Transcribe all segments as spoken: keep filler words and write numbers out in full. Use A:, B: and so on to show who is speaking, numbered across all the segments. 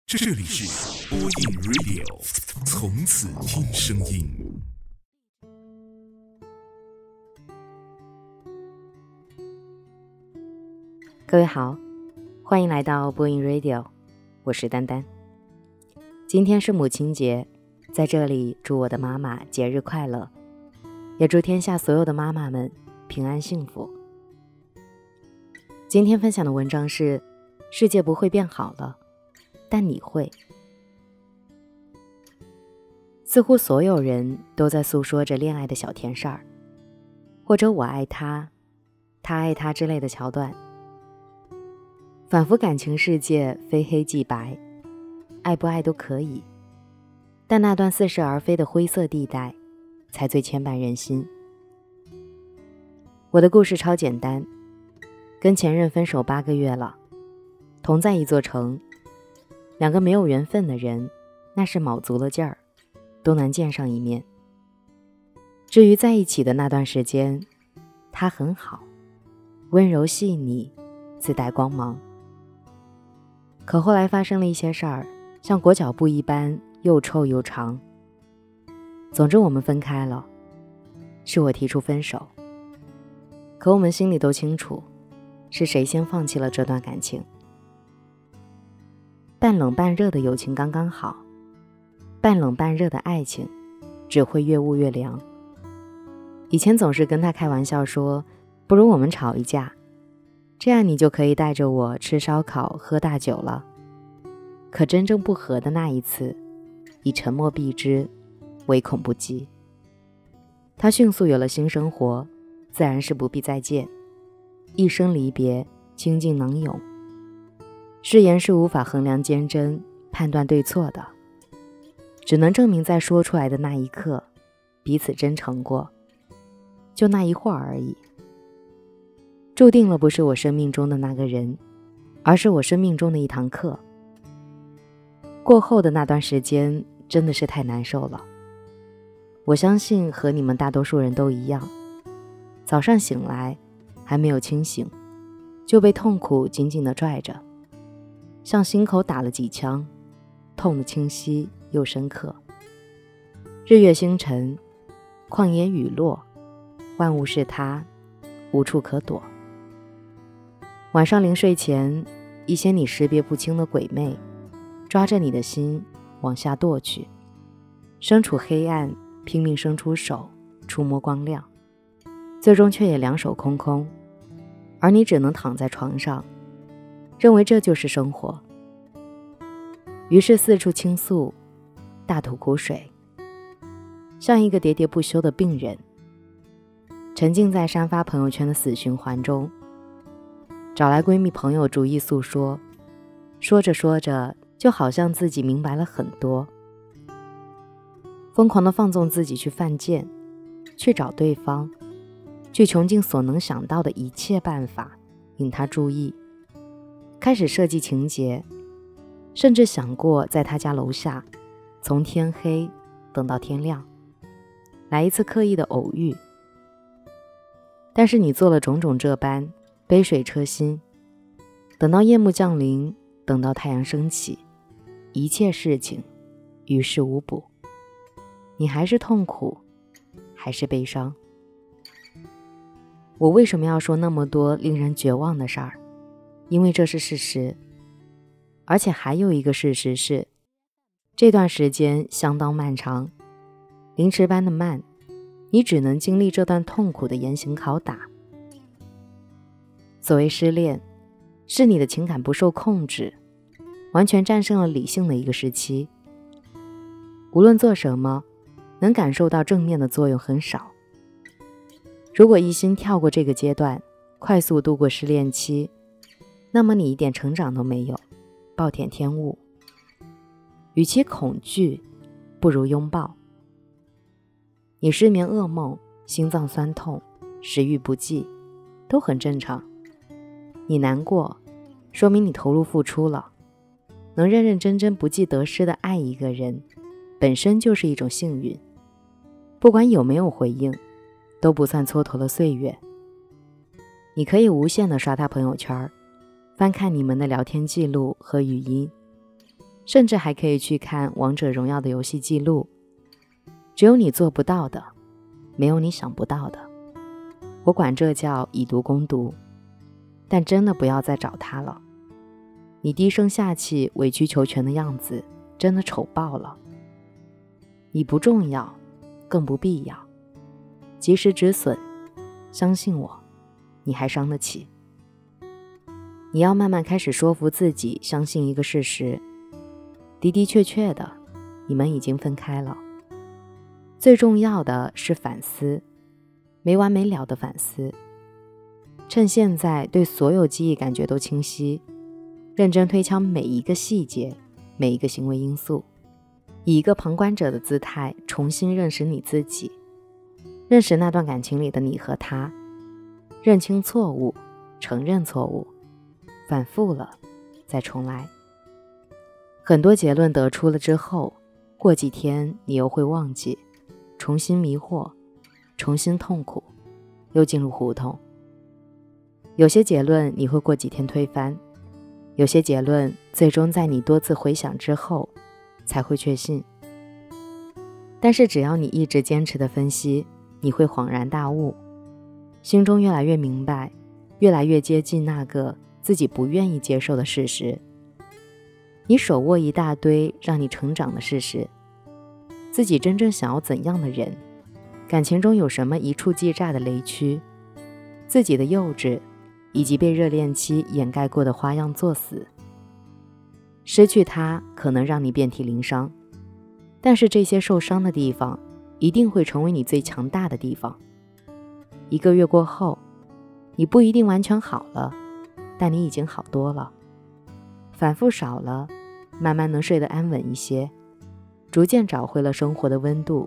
A: 这里是播音 Radio， 从此听声音。
B: 各位好，欢迎来到播音 Radio， 我是丹丹。今天是母亲节，在这里祝我的妈妈节日快乐，也祝天下所有的妈妈们平安幸福。今天分享的文章是：世界不会变好了，但你会。似乎所有人都在诉说着恋爱的小甜事儿，或者我爱他，他爱他之类的桥段，仿佛感情世界非黑即白，爱不爱都可以，但那段似是而非的灰色地带才最牵绊人心。我的故事超简单，跟前任分手八个月了，同在一座城，两个没有缘分的人，那是卯足了劲儿，都难见上一面。至于在一起的那段时间，他很好，温柔细腻，自带光芒。可后来发生了一些事儿，像裹脚布一般又臭又长。总之我们分开了，是我提出分手。可我们心里都清楚，是谁先放弃了这段感情。半冷半热的友情刚刚好，半冷半热的爱情只会越捂越凉。以前总是跟他开玩笑说，不如我们吵一架，这样你就可以带着我吃烧烤喝大酒了。可真正不和的那一次，以沉默避之，唯恐不及。他迅速有了新生活，自然是不必再见，一生离别，倾尽囊涌。誓言是无法衡量坚贞，判断对错的，只能证明在说出来的那一刻，彼此真诚过，就那一会儿而已。注定了不是我生命中的那个人，而是我生命中的一堂课。过后的那段时间真的是太难受了。我相信和你们大多数人都一样，早上醒来还没有清醒，就被痛苦紧紧地拽着，像心口打了几枪，痛得清晰又深刻。日月星辰，旷野雨落，万物是他，无处可躲。晚上临睡前，一些你识别不清的鬼魅抓着你的心往下堕去，身处黑暗，拼命伸出手触摸光亮，最终却也两手空空，而你只能躺在床上，认为这就是生活。于是四处倾诉，大吐苦水，像一个喋喋不休的病人，沉浸在删发朋友圈的死循环中。找来闺蜜朋友逐一诉说，说着说着就好像自己明白了很多，疯狂地放纵自己去犯贱，去找对方，去穷尽所能想到的一切办法引他注意，开始设计情节，甚至想过在他家楼下从天黑等到天亮，来一次刻意的偶遇。但是你做了种种这般杯水车薪，等到夜幕降临，等到太阳升起，一切事情于事无补，你还是痛苦，还是悲伤。我为什么要说那么多令人绝望的事儿？因为这是事实。而且还有一个事实是，这段时间相当漫长，凌迟般的慢，你只能经历这段痛苦的严刑拷打。所谓失恋，是你的情感不受控制，完全战胜了理性的一个时期。无论做什么，能感受到正面的作用很少。如果一心跳过这个阶段，快速度过失恋期，那么你一点成长都没有，暴殄天物。与其恐惧，不如拥抱。你失眠噩梦，心脏酸痛，食欲不济，都很正常。你难过，说明你投入付出了。能认认真真不计得失的爱一个人，本身就是一种幸运。不管有没有回应，都不算蹉跎了岁月。你可以无限地刷他朋友圈，翻看你们的聊天记录和语音， 甚至还可以去看王者荣耀的游戏记录。只有你做不到的，没有你想不到的。我管这叫以毒攻毒，但真的不要再找他了。你低声下气委曲求全的样子真的丑爆了。你不重要，更不必要，及时止损，相信我，你还伤得起。你要慢慢开始说服自己相信一个事实，的的确确的，你们已经分开了。最重要的是反思，没完没了的反思。趁现在对所有记忆感觉都清晰，认真推敲每一个细节，每一个行为因素，以一个旁观者的姿态重新认识你自己，认识那段感情里的你和他，认清错误，承认错误，反复了再重来。很多结论得出了之后，过几天你又会忘记，重新迷惑，重新痛苦，又进入胡同。有些结论你会过几天推翻，有些结论最终在你多次回想之后才会确信。但是只要你一直坚持的分析，你会恍然大悟，心中越来越明白，越来越接近那个自己不愿意接受的事实。你手握一大堆让你成长的事实，自己真正想要怎样的人，感情中有什么一触即炸的雷区，自己的幼稚以及被热恋期掩盖过的花样作死。失去它可能让你遍体鳞伤，但是这些受伤的地方一定会成为你最强大的地方。一个月过后，你不一定完全好了，但你已经好多了，反复少了，慢慢能睡得安稳一些，逐渐找回了生活的温度。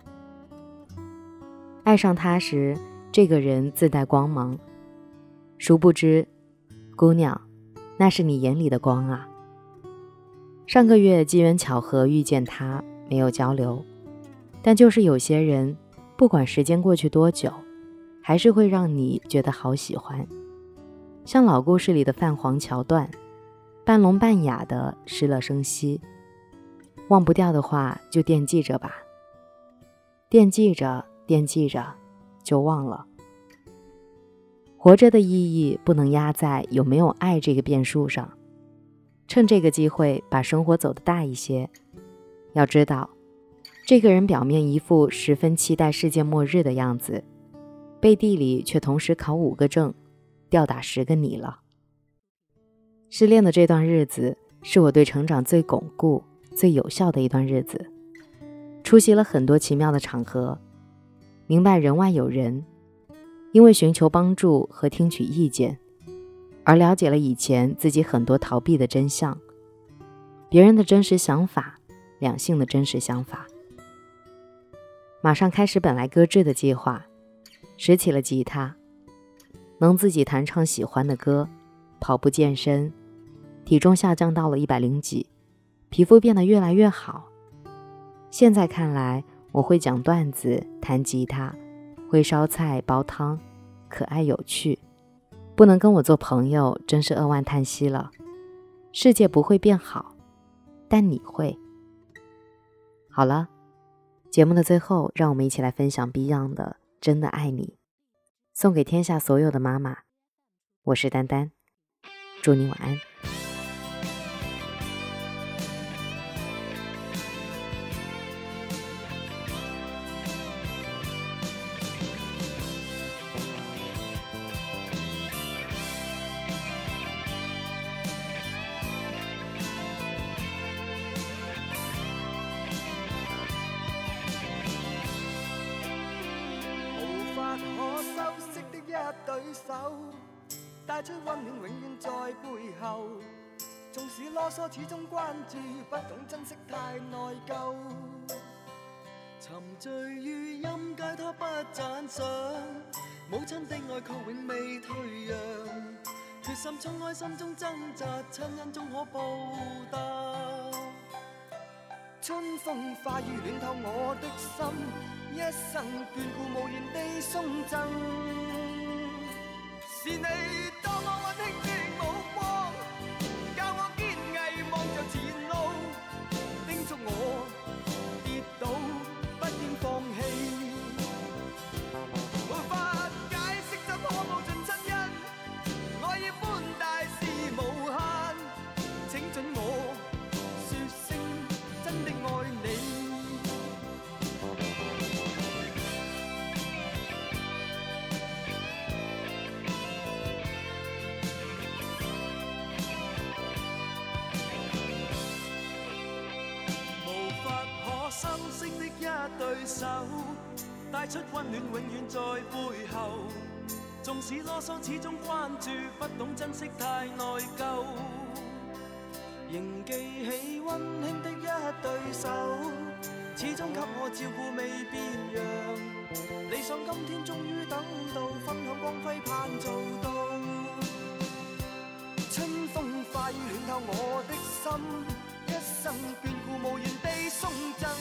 B: 爱上他时，这个人自带光芒，殊不知，姑娘，那是你眼里的光啊。上个月机缘巧合遇见他，没有交流，但就是有些人，不管时间过去多久，还是会让你觉得好喜欢。像老故事里的泛黄桥段，半聋半哑的失了声息。忘不掉的话就惦记着吧，惦记着惦记着就忘了。活着的意义不能压在有没有爱这个变数上，趁这个机会把生活走得大一些。要知道，这个人表面一副十分期待世界末日的样子，背地里却同时考五个证，吊打十个你了。失恋的这段日子是我对成长最巩固最有效的一段日子，出席了很多奇妙的场合，明白人外有人，因为寻求帮助和听取意见，而了解了以前自己很多逃避的真相，别人的真实想法，两性的真实想法。马上开始本来搁置的计划，拾起了吉他，能自己弹唱喜欢的歌，跑步健身，体重下降到了一百零几，皮肤变得越来越好。现在看来，我会讲段子，弹吉他，会烧菜煲汤，可爱有趣。不能跟我做朋友，真是扼腕叹息了。世界不会变好，但你会。好了，节目的最后，让我们一起来分享 Beyond 的《真的爱你》，送给天下所有的妈妈。我是丹丹，祝你晚安。
C: 可修饰的一對手，帶出溫暖永遠在背後。縱使囉嗦，始終關注，不懂珍惜太內疚。沉醉於音階，他不讚賞，母親的愛卻永未退讓。決心衝開心中掙扎，親恩終可報答。春風化雨暖透我的心，一生眷顧無言地送贈。是你多麼溫馨的目光，教我堅毅望着前路。 對手，帶出溫暖永遠在背後。縱使囉嗦，始終關注，不懂珍惜太內疚。仍記起溫馨的一對手，始終給我照顧未變樣。理想今天終於等到，分享光輝盼做到。春風化雨暖透我的心，一生眷顧無言地送贈。